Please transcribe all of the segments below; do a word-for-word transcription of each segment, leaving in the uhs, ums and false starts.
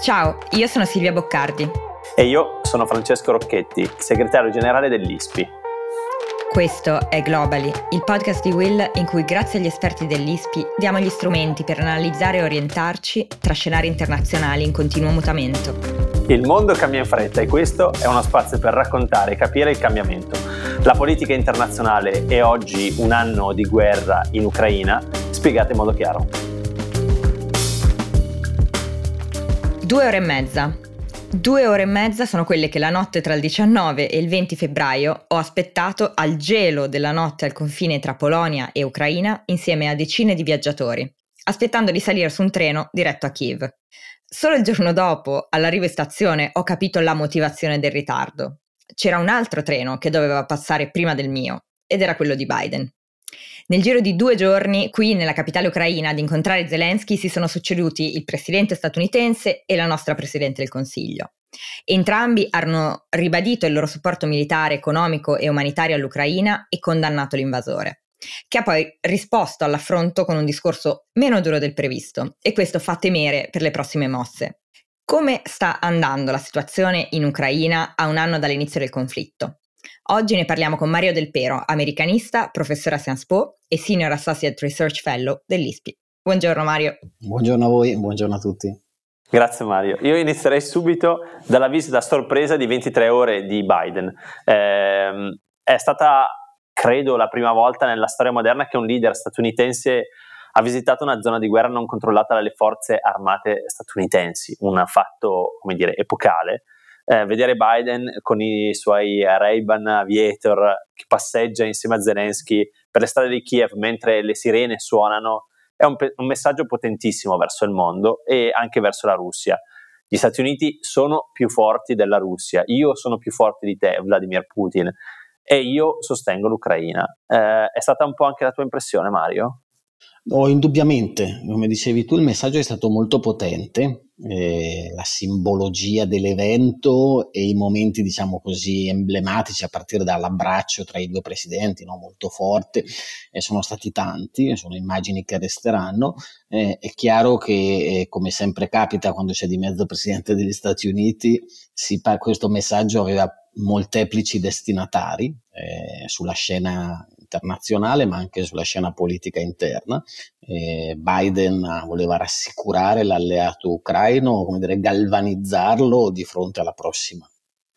Ciao, io sono Silvia Boccardi. E io sono Francesco Rocchetti, segretario generale dell'I S P I. Questo è Globally, il podcast di Will in cui grazie agli esperti dell'I S P I diamo gli strumenti per analizzare e orientarci tra scenari internazionali in continuo mutamento. Il mondo cambia in fretta e questo è uno spazio per raccontare e capire il cambiamento. La politica internazionale e oggi un anno di guerra in Ucraina, spiegata in modo chiaro. Due ore e mezza. Due ore e mezza sono quelle che la notte tra il diciannove e il venti febbraio ho aspettato al gelo della notte al confine tra Polonia e Ucraina insieme a decine di viaggiatori, aspettando di salire su un treno diretto a Kiev. Solo il giorno dopo, all'arrivo in stazione, ho capito la motivazione del ritardo. C'era un altro treno che doveva passare prima del mio, ed era quello di Biden. Nel giro di due giorni, qui nella capitale ucraina, ad incontrare Zelensky si sono succeduti il presidente statunitense e la nostra presidente del Consiglio. Entrambi hanno ribadito il loro supporto militare, economico e umanitario all'Ucraina e condannato l'invasore, che ha poi risposto all'affronto con un discorso meno duro del previsto, e questo fa temere per le prossime mosse. Come sta andando la situazione in Ucraina a un anno dall'inizio del conflitto? Oggi ne parliamo con Mario Del Pero, americanista, professore a Sciences Po e Senior Associate Research Fellow dell'I S P I. Buongiorno Mario. Buongiorno a voi, buongiorno a tutti. Grazie Mario. Io inizierei subito dalla visita sorpresa di ventitré ore di Biden. Eh, è stata, credo, la prima volta nella storia moderna che un leader statunitense ha visitato una zona di guerra non controllata dalle forze armate statunitensi, un fatto, come dire, epocale. Eh, vedere Biden con i suoi Ray-Ban Aviator che passeggia insieme a Zelensky per le strade di Kiev mentre le sirene suonano è un, pe- un messaggio potentissimo verso il mondo e anche verso la Russia. Gli Stati Uniti sono più forti della Russia, io sono più forte di te, Vladimir Putin, e io sostengo l'Ucraina. Eh, è stata un po' anche la tua impressione, Mario? No, indubbiamente, come dicevi tu, il messaggio è stato molto potente, eh, la simbologia dell'evento e i momenti, diciamo così, emblematici a partire dall'abbraccio tra i due presidenti, no, molto forte, eh, sono stati tanti, sono immagini che resteranno. Eh, è chiaro che, eh, come sempre capita quando c'è di mezzo il Presidente degli Stati Uniti, si pa- questo messaggio aveva molteplici destinatari eh, sulla scena internazionale ma anche sulla scena politica interna. Eh, Biden voleva rassicurare l'alleato ucraino, come dire, galvanizzarlo di fronte alla prossima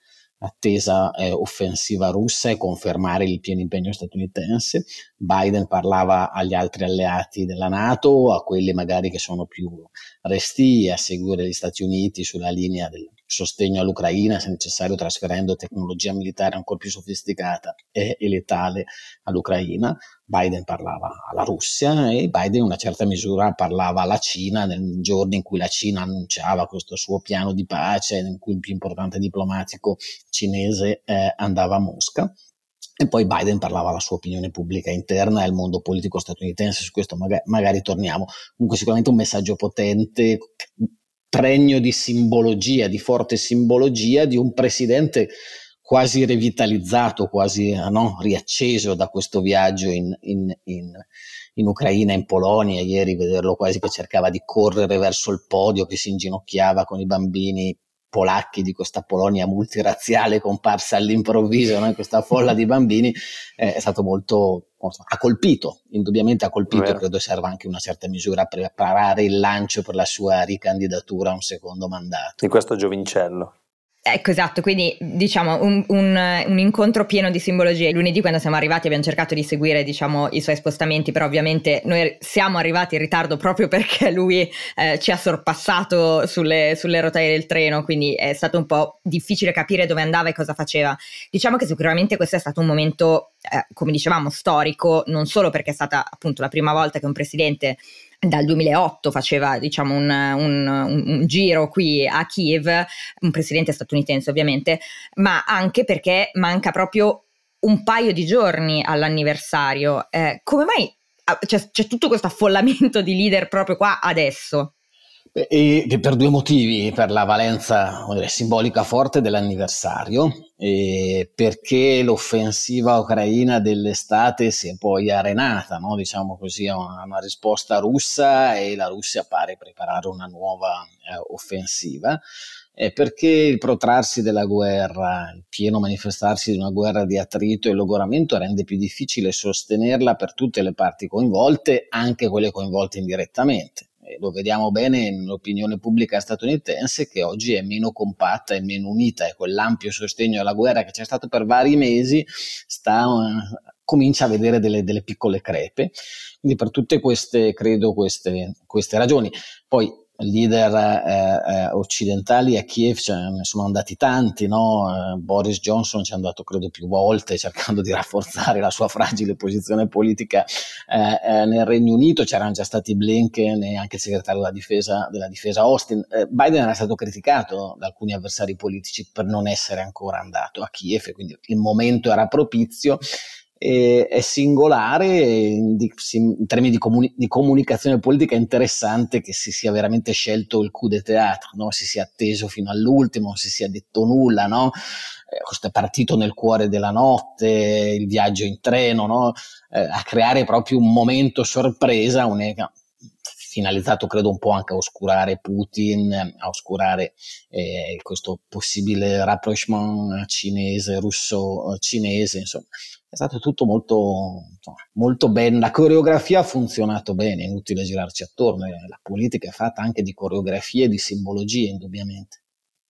attesa eh, offensiva russa e confermare il pieno impegno statunitense. Biden parlava agli altri alleati della NATO, a quelli magari che sono più restii a seguire gli Stati Uniti sulla linea del sostegno all'Ucraina, se necessario trasferendo tecnologia militare ancora più sofisticata e, e letale all'Ucraina. Biden parlava alla Russia e Biden in una certa misura parlava alla Cina nel giorno in cui la Cina annunciava questo suo piano di pace, in cui il più importante diplomatico cinese eh, andava a Mosca. E poi Biden parlava alla sua opinione pubblica interna e al mondo politico statunitense, su questo magari, magari torniamo. Comunque sicuramente un messaggio potente, pregno di simbologia, di forte simbologia di un presidente quasi revitalizzato, quasi no, riacceso da questo viaggio in, in, in, in Ucraina, in Polonia. Ieri vederlo quasi che cercava di correre verso il podio, che si inginocchiava con i bambini polacchi di questa Polonia multirazziale comparsa all'improvviso, no? Questa folla di bambini eh, è stato molto, ha colpito, indubbiamente ha colpito. Vero. Credo serva anche una certa misura a preparare il lancio per la sua ricandidatura a un secondo mandato. Di questo giovincello. Ecco, esatto, quindi diciamo un, un, un incontro pieno di simbologie. Lunedì quando siamo arrivati abbiamo cercato di seguire diciamo i suoi spostamenti, però ovviamente noi siamo arrivati in ritardo proprio perché lui eh, ci ha sorpassato sulle, sulle rotaie del treno, quindi è stato un po' difficile capire dove andava e cosa faceva. Diciamo che sicuramente questo è stato un momento, eh, come dicevamo, storico, non solo perché è stata appunto la prima volta che un presidente dal duemilaotto faceva diciamo un, un, un, un giro qui a Kiev, un presidente statunitense ovviamente, ma anche perché manca proprio un paio di giorni all'anniversario. Eh, come mai c'è, c'è tutto questo affollamento di leader proprio qua adesso? E, e per due motivi: per la valenza dire, simbolica forte dell'anniversario, e perché l'offensiva ucraina dell'estate si è poi arenata, no? Diciamo così, a una, una risposta russa, e la Russia pare preparare una nuova eh, offensiva. Eh, perché il protrarsi della guerra, il pieno manifestarsi di una guerra di attrito e logoramento rende più difficile sostenerla per tutte le parti coinvolte, anche quelle coinvolte indirettamente. E lo vediamo bene nell'opinione pubblica statunitense, che oggi è meno compatta e meno unita, e quell'ampio sostegno alla guerra che c'è stato per vari mesi sta, uh, comincia a vedere delle, delle piccole crepe. Quindi per tutte queste, credo, queste, queste ragioni. Poi leader eh, eh, occidentali a Kiev ce ne sono andati tanti, no? Eh, Boris Johnson ci è andato credo più volte cercando di rafforzare la sua fragile posizione politica eh, eh, nel Regno Unito. C'erano già stati Blinken e anche il segretario della difesa, della difesa Austin. eh, Biden era stato criticato da alcuni avversari politici per non essere ancora andato a Kiev, e quindi il momento era propizio. E è singolare in, in termini di, comuni, di comunicazione politica. È interessante che si sia veramente scelto il coup de théâtre, no? Si sia atteso fino all'ultimo, si sia detto nulla, no? Eh, questo è partito nel cuore della notte, il viaggio in treno, no? Eh, a creare proprio un momento sorpresa, un, finalizzato credo un po' anche a oscurare Putin, a oscurare eh, questo possibile rapprochement cinese, russo-cinese, insomma. È stato tutto molto, insomma, molto bene. La coreografia ha funzionato bene, inutile girarci attorno. La politica è fatta anche di coreografie e di simbologie, indubbiamente.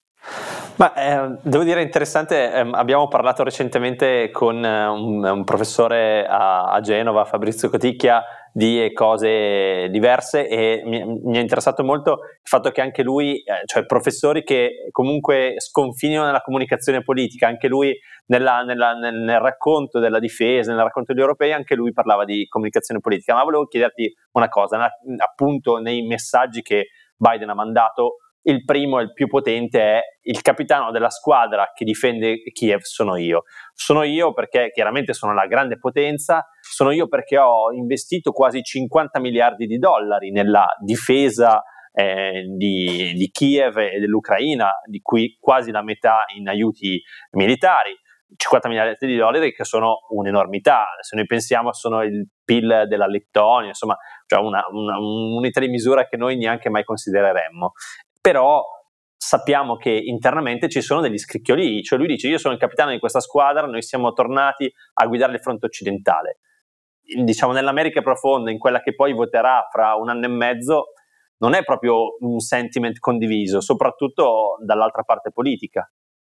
Ma eh, devo dire interessante, eh, abbiamo parlato recentemente con eh, un, un professore a, a Genova, Fabrizio Coticchia, di cose diverse, e mi, mi è interessato molto il fatto che anche lui, eh, cioè professori che comunque sconfinano nella comunicazione politica, anche lui nella, nella, nel, nel racconto della difesa, nel racconto degli europei, anche lui parlava di comunicazione politica. Ma volevo chiederti una cosa, appunto nei messaggi che Biden ha mandato, il primo e il più potente è: il capitano della squadra che difende Kiev sono io. Sono io perché chiaramente sono la grande potenza, sono io perché ho investito quasi cinquanta miliardi di dollari nella difesa eh, di, di Kiev e dell'Ucraina, di cui quasi la metà in aiuti militari. cinquanta miliardi di dollari che sono un'enormità. Se noi pensiamo, sono il P I L della Lettonia, insomma, cioè una, una, un'unità di misura che noi neanche mai considereremmo. Però sappiamo che internamente ci sono degli scricchiolii, cioè lui dice: io sono il capitano di questa squadra, noi siamo tornati a guidare il fronte occidentale. Diciamo, nell'America profonda, in quella che poi voterà fra un anno e mezzo, non è proprio un sentiment condiviso, soprattutto dall'altra parte politica.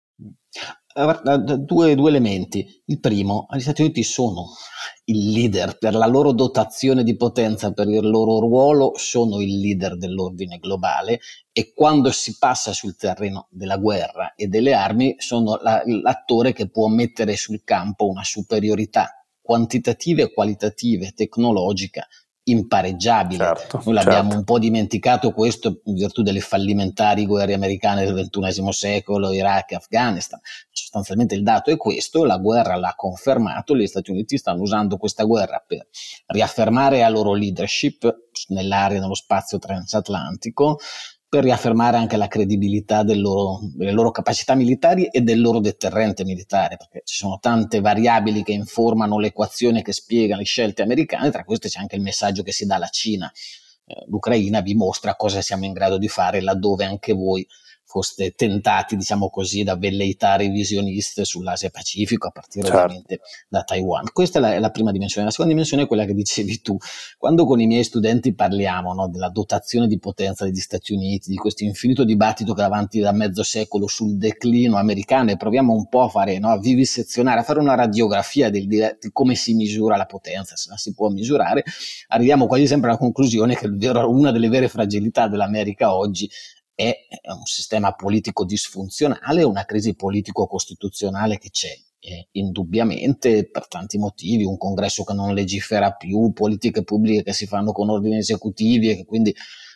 Due, due elementi. Il primo: gli Stati Uniti sono il leader per la loro dotazione di potenza, per il loro ruolo, sono il leader dell'ordine globale, e quando si passa sul terreno della guerra e delle armi sono la, l'attore che può mettere sul campo una superiorità quantitativa e qualitativa e tecnologica impareggiabile. Certo, Noi l'abbiamo certo. un po' dimenticato questo in virtù delle fallimentari guerre americane del ventunesimo secolo, Iraq e Afghanistan. Sostanzialmente il dato è questo, la guerra l'ha confermato, gli Stati Uniti stanno usando questa guerra per riaffermare la loro leadership nell'area, nello spazio transatlantico, per riaffermare anche la credibilità del loro, delle loro capacità militari e del loro deterrente militare, perché ci sono tante variabili che informano l'equazione che spiega le scelte americane. Tra queste c'è anche il messaggio che si dà alla Cina. Eh, L'Ucraina vi mostra cosa siamo in grado di fare laddove anche voi foste tentati, diciamo così, da velleità revisioniste sull'Asia Pacifico, a partire certo. ovviamente da Taiwan. Questa è la, è la prima dimensione. La seconda dimensione è quella che dicevi tu. Quando con i miei studenti parliamo, no, della dotazione di potenza degli Stati Uniti, di questo infinito dibattito che va avanti da mezzo secolo sul declino americano, e proviamo un po' a fare, no, a vivisezionare, a fare una radiografia del, di come si misura la potenza, se la si può misurare, arriviamo quasi sempre alla conclusione che il vero, una delle vere fragilità dell'America oggi è un sistema politico disfunzionale, una crisi politico-costituzionale che c'è eh, indubbiamente per tanti motivi, un congresso che non legifera più, politiche pubbliche che si fanno con ordini esecutivi e che quindi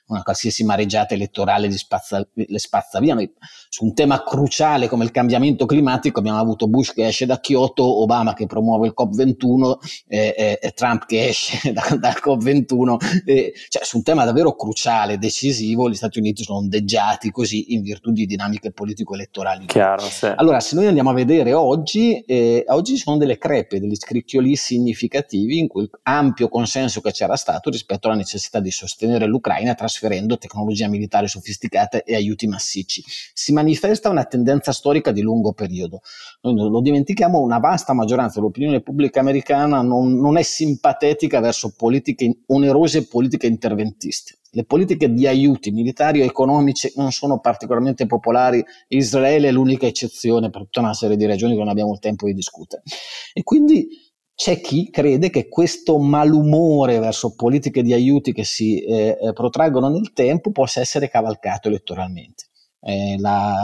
una qualsiasi mareggiata elettorale li spazza, le spazza via. Noi, su un tema cruciale come il cambiamento climatico abbiamo avuto Bush che esce da Kyoto, Obama che promuove il COP ventuno eh, eh, Trump che esce da, dal COP ventuno, eh, cioè su un tema davvero cruciale, decisivo, gli Stati Uniti sono ondeggiati così in virtù di dinamiche politico-elettorali. Chiaro, sì. Allora, se noi andiamo a vedere oggi, eh, oggi ci sono delle crepe, degli scricchioli significativi in quel ampio consenso che c'era stato rispetto alla necessità di sostenere l'Ucraina trasferendo tecnologia militare sofisticata e aiuti massicci. Si manifesta una tendenza storica di lungo periodo. Noi non lo dimentichiamo, una vasta maggioranza dell'opinione pubblica americana non, non è simpatetica verso politiche onerose e politiche interventiste. Le politiche di aiuti militari o economici non sono particolarmente popolari, Israele è l'unica eccezione per tutta una serie di ragioni che non abbiamo il tempo di discutere. E quindi c'è chi crede che questo malumore verso politiche di aiuti che si eh, protraggono nel tempo possa essere cavalcato elettoralmente. Eh,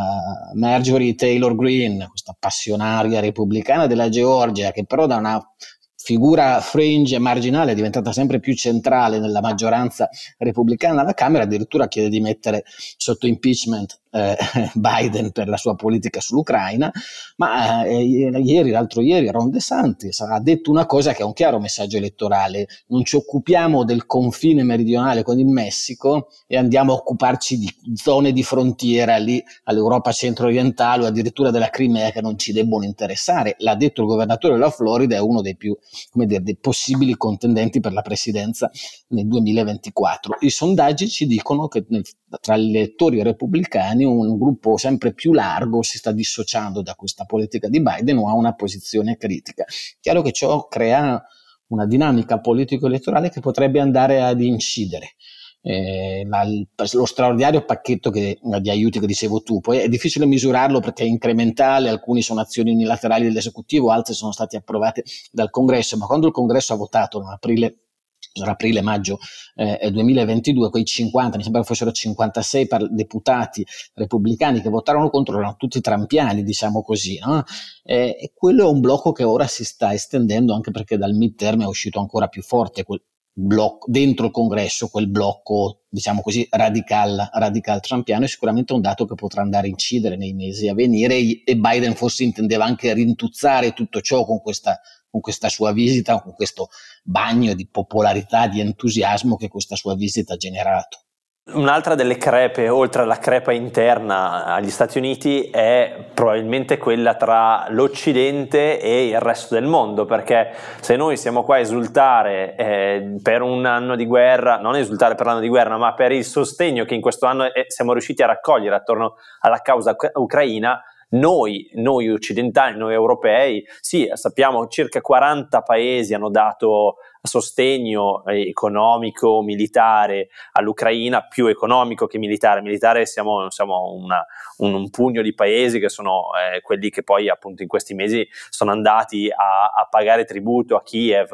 la Marjorie Taylor Greene, questa passionaria repubblicana della Georgia, che però da una figura fringe e marginale è diventata sempre più centrale nella maggioranza repubblicana alla Camera, addirittura chiede di mettere sotto impeachment eh, Biden per la sua politica sull'Ucraina, ma eh, ieri, l'altro ieri Ron DeSantis ha detto una cosa che è un chiaro messaggio elettorale: non ci occupiamo del confine meridionale con il Messico e andiamo a occuparci di zone di frontiera lì all'Europa centro-orientale o addirittura della Crimea che non ci debbono interessare. L'ha detto il governatore della Florida, è uno dei più, come dire, dei possibili contendenti per la presidenza nel duemilaventiquattro. I sondaggi ci dicono che nel, tra gli elettori repubblicani un gruppo sempre più largo si sta dissociando da questa politica di Biden o ha una posizione critica. Chiaro che ciò crea una dinamica politico-elettorale che potrebbe andare ad incidere. Eh, la, lo straordinario pacchetto che, di aiuti che dicevo tu, poi è difficile misurarlo perché è incrementale, alcuni sono azioni unilaterali dell'esecutivo, altre sono state approvate dal Congresso, ma quando il Congresso ha votato nell'aprile aprile-maggio eh, duemilaventidue, quei cinquanta, mi sembra fossero cinquantasei par- deputati repubblicani che votarono contro, erano tutti trampiani, diciamo così, no? Eh, e quello è un blocco che ora si sta estendendo, anche perché dal midterm è uscito ancora più forte quel blocco dentro il Congresso, quel blocco, diciamo così, radical, radical trampiano. È sicuramente un dato che potrà andare a incidere nei mesi a venire, e Biden forse intendeva anche rintuzzare tutto ciò con questa con questa sua visita, con questo bagno di popolarità, di entusiasmo che questa sua visita ha generato. Un'altra delle crepe, oltre alla crepa interna agli Stati Uniti, è probabilmente quella tra l'Occidente e il resto del mondo, perché se noi siamo qua a esultare eh, per un anno di guerra, non esultare per l'anno di guerra, ma per il sostegno che in questo anno eh, siamo riusciti a raccogliere attorno alla causa ucraina, Noi, noi occidentali, noi europei, sì, sappiamo circa quaranta paesi hanno dato sostegno economico, militare all'Ucraina, più economico che militare. Militare siamo, siamo una, un, un pugno di paesi che sono eh, quelli che poi appunto in questi mesi sono andati a, a pagare tributo a Kiev,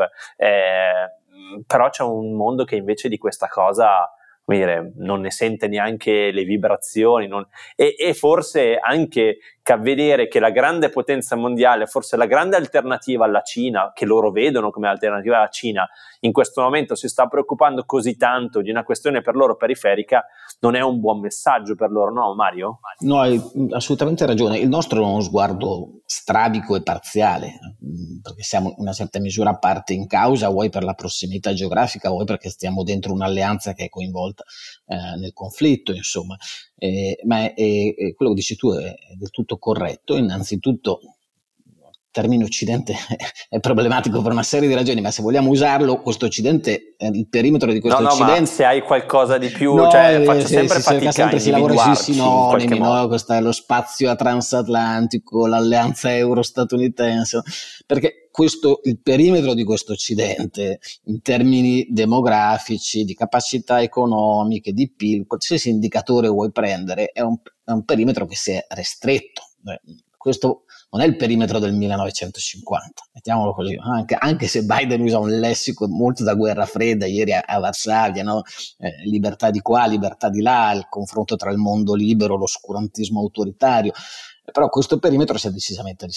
eh, però c'è un mondo che invece di questa cosa, come dire, non ne sente neanche le vibrazioni, non, e, e forse anche che vedere che la grande potenza mondiale, forse la grande alternativa alla Cina, che loro vedono come alternativa alla Cina, in questo momento si sta preoccupando così tanto di una questione per loro periferica, non è un buon messaggio per loro, no Mario? No, hai assolutamente ragione. Il nostro è uno sguardo strabico e parziale, perché siamo in una certa misura a parte in causa, vuoi per la prossimità geografica, vuoi perché stiamo dentro un'alleanza che è coinvolta eh, nel conflitto, insomma. Eh, ma è, è, quello che dici tu è, è del tutto corretto. Innanzitutto il termine Occidente è problematico per una serie di ragioni, ma se vogliamo usarlo, questo Occidente, eh, il perimetro di questo no, no, Occidente... ma se hai qualcosa di più, no, cioè eh, faccio si, sempre si fatica sempre, a si lavora sui sinonimi, no? no? Questo è lo spazio transatlantico, l'alleanza euro-statunitense, perché questo, il perimetro di questo Occidente, in termini demografici, di capacità economiche, di P I L, qualsiasi indicatore vuoi prendere, è un, è un perimetro che si è restretto. Questo non è il perimetro del millenovecentocinquanta, mettiamolo così, anche, anche se Biden usa un lessico molto da guerra fredda, ieri a, a Varsavia, no? eh, libertà di qua, libertà di là, il confronto tra il mondo libero, l'oscurantismo autoritario, però questo perimetro si è decisamente ristretto.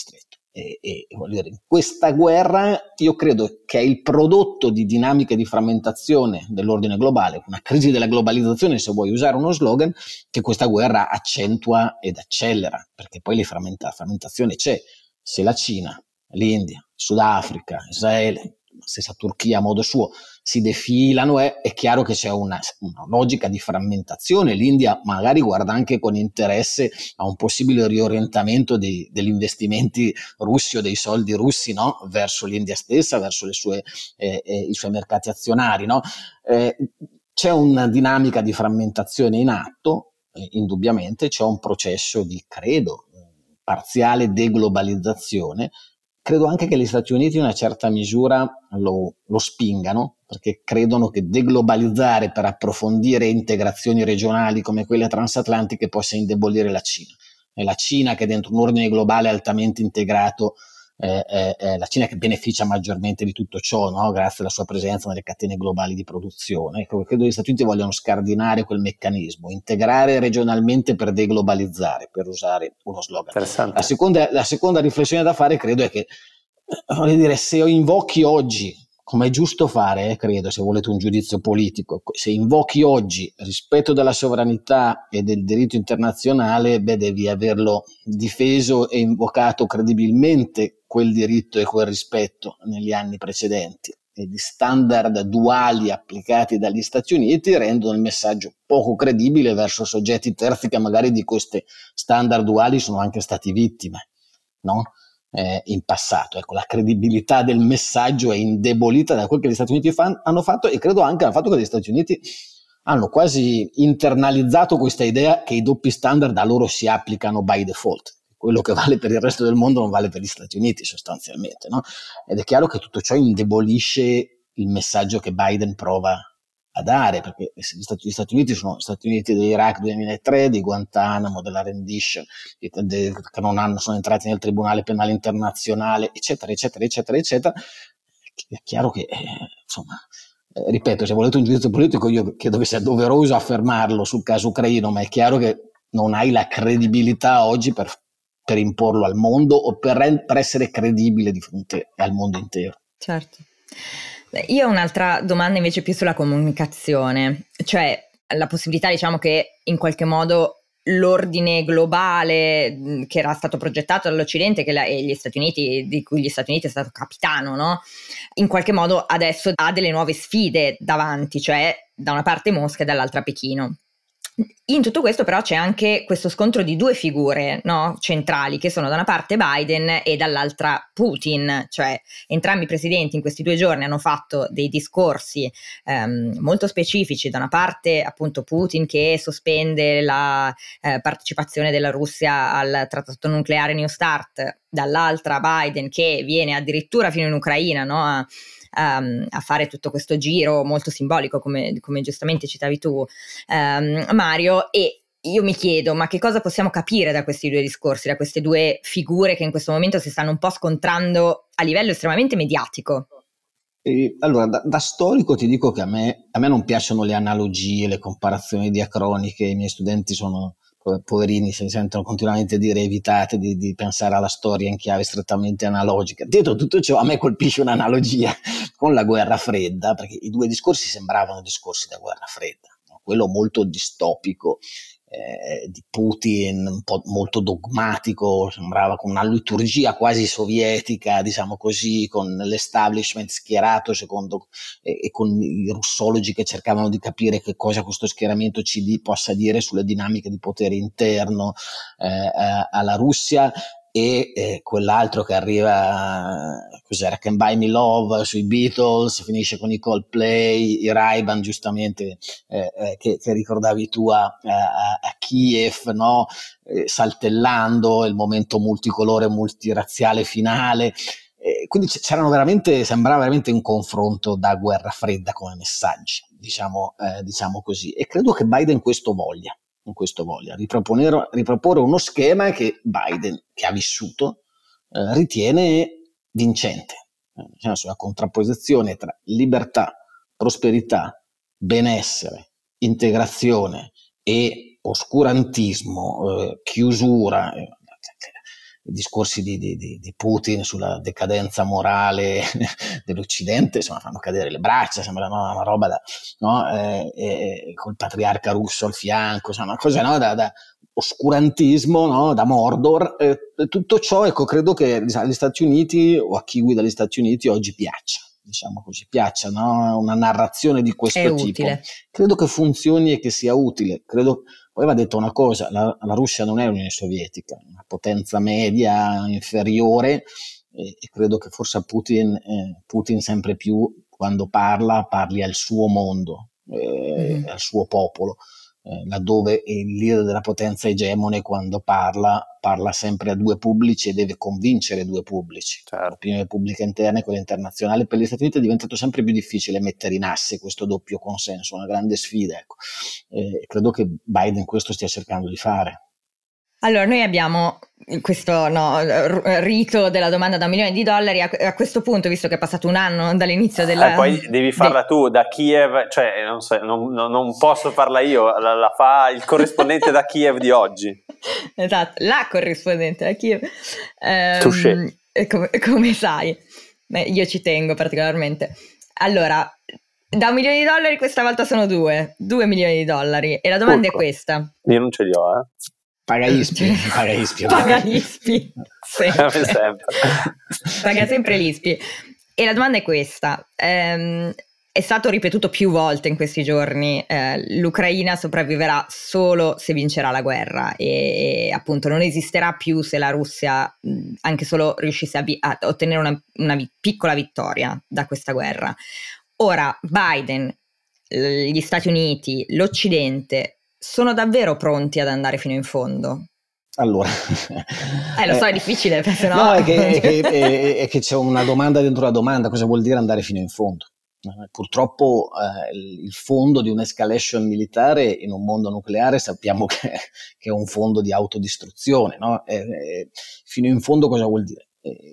E, e voglio dire, in questa guerra io credo che è il prodotto di dinamiche di frammentazione dell'ordine globale, una crisi della globalizzazione, se vuoi usare uno slogan, che questa guerra accentua ed accelera, perché poi la frammenta- frammentazione c'è. Se la Cina, l'India, Sudafrica, Israele, la stessa Turchia a modo suo si defilano, è, è chiaro che c'è una, una logica di frammentazione. L'India magari guarda anche con interesse a un possibile riorientamento dei, degli investimenti russi o dei soldi russi, no? Verso l'India stessa, verso le sue, eh, eh, i suoi mercati azionari, no? Eh, c'è una dinamica di frammentazione in atto, eh, indubbiamente c'è un processo di, credo, parziale deglobalizzazione. Credo anche che gli Stati Uniti in una certa misura lo, lo spingano, perché credono che deglobalizzare per approfondire integrazioni regionali come quelle transatlantiche possa indebolire la Cina. È la Cina che dentro un ordine globale altamente integrato, eh, eh, eh, la Cina che beneficia maggiormente di tutto ciò, no? Grazie alla sua presenza nelle catene globali di produzione. Ecco, credo che gli Stati Uniti vogliano scardinare quel meccanismo, integrare regionalmente per deglobalizzare, per usare uno slogan. La seconda, la seconda riflessione da fare credo è che, voglio dire, se invochi oggi, come è giusto fare, eh, credo, se volete un giudizio politico, se invochi oggi rispetto della sovranità e del diritto internazionale, beh, devi averlo difeso e invocato credibilmente quel diritto e quel rispetto negli anni precedenti. E gli standard duali applicati dagli Stati Uniti rendono il messaggio poco credibile verso soggetti terzi che magari di queste standard duali sono anche stati vittime, no? Eh, in passato. Ecco, la credibilità del messaggio è indebolita da quel che gli Stati Uniti fan, hanno fatto, e credo anche al fatto che gli Stati Uniti hanno quasi internalizzato questa idea che i doppi standard a loro si applicano by default. Quello che vale per il resto del mondo non vale per gli Stati Uniti sostanzialmente, no? Ed è chiaro che tutto ciò indebolisce il messaggio che Biden prova a dare, perché gli Stati, gli Stati Uniti sono gli Stati Uniti dell'Iraq duemilatré, di Guantanamo, della rendition, di, de, che non hanno, sono entrati nel Tribunale Penale Internazionale, eccetera, eccetera, eccetera, eccetera. È chiaro che, eh, insomma, eh, ripeto, se volete un giudizio politico, io credo che sia doveroso affermarlo sul caso ucraino, ma è chiaro che non hai la credibilità oggi per, per imporlo al mondo o per, per essere credibile di fronte al mondo intero. Certo. Io ho un'altra domanda invece più sulla comunicazione, cioè la possibilità, diciamo, che in qualche modo l'ordine globale che era stato progettato dall'Occidente, che la, e gli Stati Uniti, di cui gli Stati Uniti è stato capitano, no? In qualche modo adesso ha delle nuove sfide davanti, cioè da una parte Mosca e dall'altra Pechino. In tutto questo però c'è anche questo scontro di due figure, no, centrali, che sono da una parte Biden e dall'altra Putin, cioè entrambi i presidenti in questi due giorni hanno fatto dei discorsi ehm, molto specifici. Da una parte appunto Putin che sospende la eh, partecipazione della Russia al trattato nucleare New START, dall'altra Biden che viene addirittura fino in Ucraina, no, a Um, a fare tutto questo giro molto simbolico, come, come giustamente citavi tu, um, Mario. E io mi chiedo, ma che cosa possiamo capire da questi due discorsi, da queste due figure che in questo momento si stanno un po' scontrando a livello estremamente mediatico? E allora, da, da storico ti dico che a me, a me non piacciono le analogie, le comparazioni diacroniche. I miei studenti sono poverini, si sentono continuamente dire evitate di, di pensare alla storia in chiave strettamente analogica. Detto tutto ciò, a me colpisce un'analogia con la guerra fredda, perché i due discorsi sembravano discorsi da guerra fredda, no? Quello molto distopico eh, di Putin, un po' molto dogmatico, sembrava con una liturgia quasi sovietica, diciamo così, con l'establishment schierato secondo e, e con i russologi che cercavano di capire che cosa questo schieramento C D possa dire sulle dinamiche di potere interno eh, eh, alla Russia. E eh, quell'altro che arriva, cos'era, Can Buy Me Love sui Beatles, finisce con i Coldplay, i Ray-Ban giustamente eh, eh, che, che ricordavi tu a, a, a Kiev, no? Eh, saltellando il momento multicolore multirazziale finale. Eh, quindi c'erano veramente, sembrava veramente un confronto da guerra fredda come messaggi, diciamo, eh, diciamo così. E credo che Biden questo voglia. in questo voglia, riproporre, riproporre uno schema che Biden, che ha vissuto, eh, ritiene vincente, eh, nella sua contrapposizione tra libertà, prosperità, benessere, integrazione e oscurantismo, eh, chiusura, eh, discorsi di, di, di Putin sulla decadenza morale dell'Occidente, insomma, fanno cadere le braccia, sembra una, una roba da, no? eh, eh, col patriarca russo al fianco, insomma, una cosa, no? da, da oscurantismo, no? Da Mordor, eh, tutto ciò, ecco, credo che agli Stati Uniti o a chi guida gli Stati Uniti oggi piaccia, diciamo così, piaccia, no? Una narrazione di questo È tipo. utile. Credo che funzioni e che sia utile. Credo, poi va detto una cosa, la, la Russia non è l'Unione Sovietica, è una potenza media inferiore, e, e credo che forse a Putin, eh, Putin sempre più, quando parla, parli al suo mondo, eh, mm-hmm. al suo popolo. Eh, laddove il leader della potenza egemone, quando parla, parla sempre a due pubblici e deve convincere due pubblici, certo. L'opinione pubblica interna e quella internazionale. Per gli Stati Uniti è diventato sempre più difficile mettere in asse questo doppio consenso, una grande sfida, ecco. Eh, credo che Biden questo stia cercando di fare. Allora, noi abbiamo questo no, rito della domanda da un milione di dollari. A, a questo punto, visto che è passato un anno dall'inizio della... Eh, poi devi farla de... tu, da Kiev, cioè non, so, non, non posso farla io, la, la fa il corrispondente da Kiev di oggi. Esatto, la corrispondente da Kiev. Um, come, come sai, beh, io ci tengo particolarmente. Allora, da un milione di dollari questa volta sono due, due milioni di dollari. E la domanda Urco. È questa. Io non ce li ho, eh. Paga Ispi, paga Ispi. Paga Ispi, sempre. sempre. Paga sempre l'Ispi. E la domanda è questa. Ehm, è stato ripetuto più volte in questi giorni, eh, l'Ucraina sopravviverà solo se vincerà la guerra e, e appunto non esisterà più se la Russia mh, anche solo riuscisse a, vi- a ottenere una, una vi- piccola vittoria da questa guerra. Ora, Biden, gli Stati Uniti, l'Occidente sono davvero pronti ad andare fino in fondo? Allora, eh, lo so, è difficile, se no... no, è che, è, che, è, è che c'è una domanda dentro la domanda. Cosa vuol dire andare fino in fondo? Eh, purtroppo eh, il fondo di un'escalation militare in un mondo nucleare sappiamo che, che è un fondo di autodistruzione, no? Eh, eh, fino in fondo cosa vuol dire?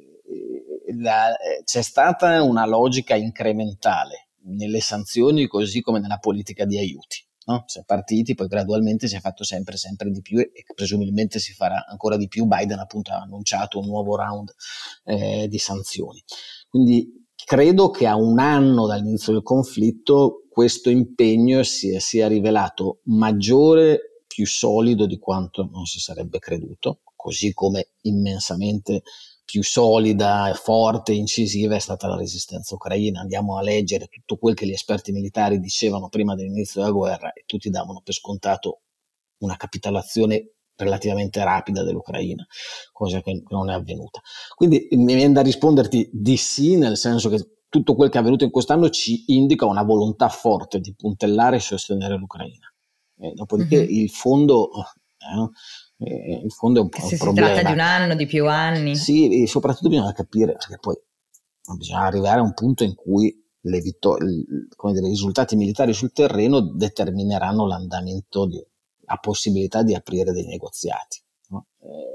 Eh, la, eh, c'è stata una logica incrementale nelle sanzioni così come nella politica di aiuti. No? Si è partiti, poi gradualmente si è fatto sempre sempre di più e presumibilmente si farà ancora di più. Biden appunto ha annunciato un nuovo round eh, di sanzioni. Quindi credo che a un anno dall'inizio del conflitto questo impegno sia, sia rivelato maggiore, più solido di quanto non si sarebbe creduto, così come immensamente più solida, forte, incisiva è stata la resistenza ucraina. Andiamo a leggere tutto quel che gli esperti militari dicevano prima dell'inizio della guerra e tutti davano per scontato una capitolazione relativamente rapida dell'Ucraina, cosa che non è avvenuta. Quindi mi viene da risponderti di sì, nel senso che tutto quel che è avvenuto in quest'anno ci indica una volontà forte di puntellare e sostenere l'Ucraina. E dopodiché mm-hmm. il fondo... Eh, Eh, in fondo è un, se un problema. Si tratta di un anno, di più anni. Sì, e soprattutto bisogna capire, perché poi bisogna arrivare a un punto in cui le vittorie, come dire, i risultati militari sul terreno determineranno l'andamento, di, la possibilità di aprire dei negoziati, no?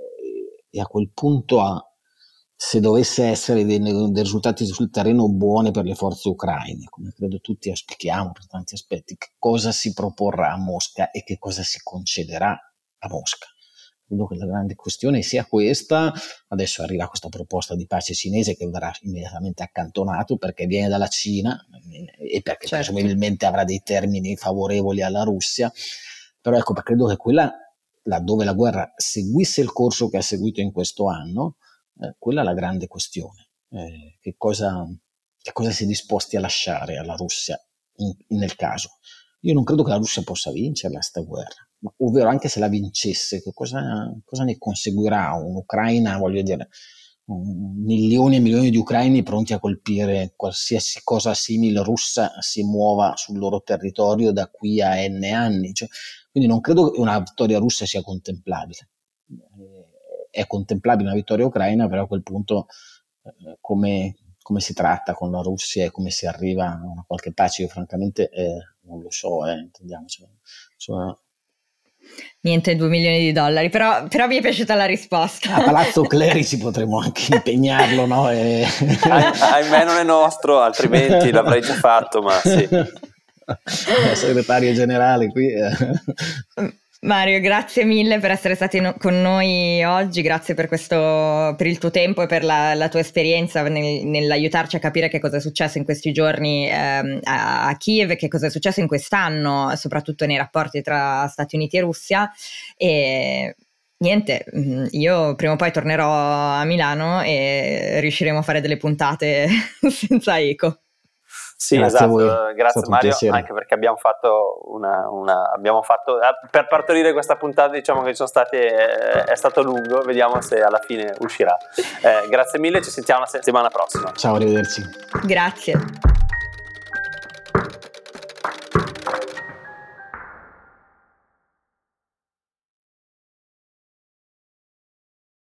eh, e a quel punto, a, se dovesse essere dei, dei risultati sul terreno buoni per le forze ucraine, come credo tutti auspichiamo per tanti aspetti, che cosa si proporrà a Mosca e che cosa si concederà a Mosca? Credo che la grande questione sia questa. Adesso arriva questa proposta di pace cinese che verrà immediatamente accantonato perché viene dalla Cina e perché certo. presumibilmente avrà dei termini favorevoli alla Russia, però ecco, credo che quella, laddove la guerra seguisse il corso che ha seguito in questo anno, eh, quella è la grande questione. Eh, che cosa, che cosa si è disposti a lasciare alla Russia in, nel caso? Io non credo che la Russia possa vincerla questa guerra, ovvero anche se la vincesse, che cosa, cosa ne conseguirà un'Ucraina, voglio dire, milioni e milioni di ucraini pronti a colpire qualsiasi cosa simile russa si muova sul loro territorio da qui a n anni, cioè, quindi non credo che una vittoria russa sia contemplabile. È contemplabile una vittoria ucraina, però a quel punto eh, come, come si tratta con la Russia e come si arriva a una qualche pace, io francamente eh, non lo so, eh, intendiamoci. Insomma, niente due milioni di dollari, però, però mi è piaciuta la risposta. A Palazzo Clerici potremmo anche impegnarlo, no? E... Ah, ahimè non è nostro, altrimenti l'avrei già fatto, ma sì. Segretario generale qui. Mario, grazie mille per essere stati no- con noi oggi, grazie per questo, per il tuo tempo e per la, la tua esperienza nel- nell'aiutarci a capire che cosa è successo in questi giorni ehm, a, a Kiev, che cosa è successo in quest'anno, soprattutto nei rapporti tra Stati Uniti e Russia. E niente, mm, io prima o poi tornerò a Milano e riusciremo a fare delle puntate senza eco. Sì, Grazie esatto, a voi. È grazie stato un Mario, piacere. anche perché abbiamo fatto una, una abbiamo fatto eh, per partorire questa puntata, diciamo che ci sono stati eh, è stato lungo, vediamo se alla fine uscirà. Eh, grazie mille, ci sentiamo la settimana prossima. Ciao, arrivederci. Grazie.